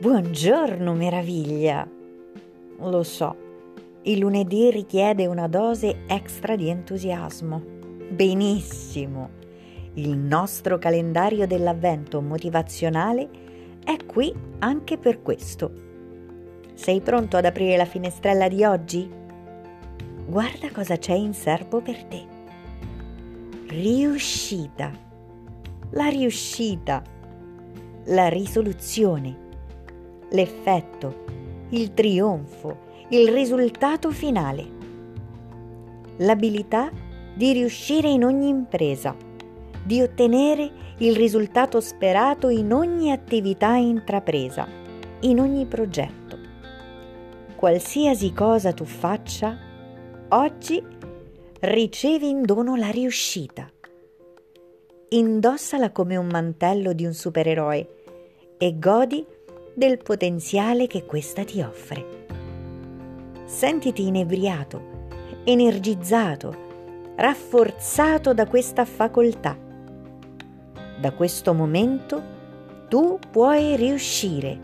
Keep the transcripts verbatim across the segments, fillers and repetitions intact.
Buongiorno, meraviglia! Lo so, il lunedì richiede una dose extra di entusiasmo. Benissimo! Il nostro calendario dell'avvento motivazionale è qui anche per questo. Sei pronto ad aprire la finestrella di oggi? Guarda cosa c'è in serbo per te. Riuscita. La riuscita. La risoluzione. L'effetto, il trionfo, il risultato finale. L'abilità di riuscire in ogni impresa, di ottenere il risultato sperato in ogni attività intrapresa, in ogni progetto. Qualsiasi cosa tu faccia, oggi ricevi in dono la riuscita. Indossala come un mantello di un supereroe e godi del potenziale che questa ti offre. Sentiti inebriato, energizzato, rafforzato da questa facoltà. Da questo momento tu puoi riuscire.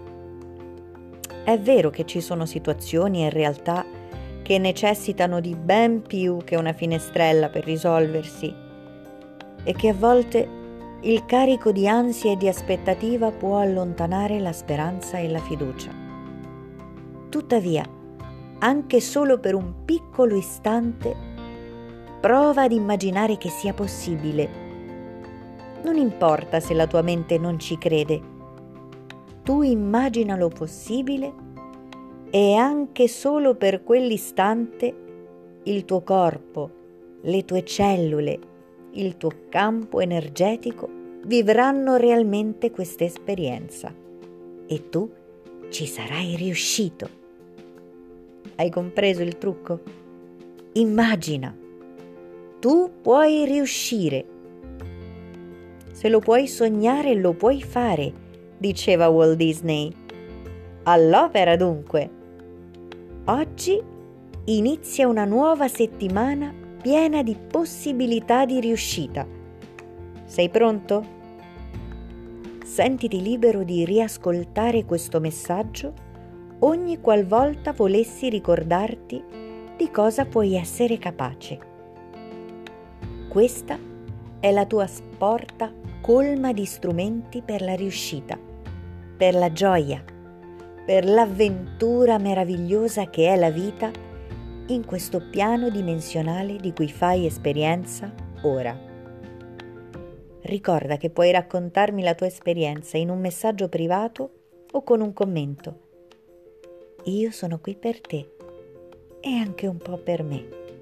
È vero che ci sono situazioni e realtà che necessitano di ben più che una finestrella per risolversi e che a volte il carico di ansia e di aspettativa può allontanare la speranza e la fiducia. Tuttavia, anche solo per un piccolo istante, prova ad immaginare che sia possibile. Non importa se la tua mente non ci crede. Tu immaginalo possibile e anche solo per quell'istante il tuo corpo, le tue cellule, il tuo campo energetico vivranno realmente questa esperienza e tu ci sarai riuscito. Hai compreso il trucco? Immagina, tu puoi riuscire. Se lo puoi sognare, lo puoi fare, diceva Walt Disney. All'opera dunque. Oggi inizia una nuova settimana piena di possibilità di riuscita. Sei pronto? Sentiti libero di riascoltare questo messaggio ogni qualvolta volessi ricordarti di cosa puoi essere capace. Questa è la tua porta colma di strumenti per la riuscita, per la gioia, per l'avventura meravigliosa che è la vita in questo piano dimensionale di cui fai esperienza ora. Ricorda che puoi raccontarmi la tua esperienza in un messaggio privato o con un commento. Io sono qui per te e anche un po' per me.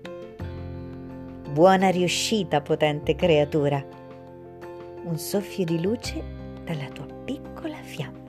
Buona riuscita, potente creatura. Un soffio di luce dalla tua piccola fiamma.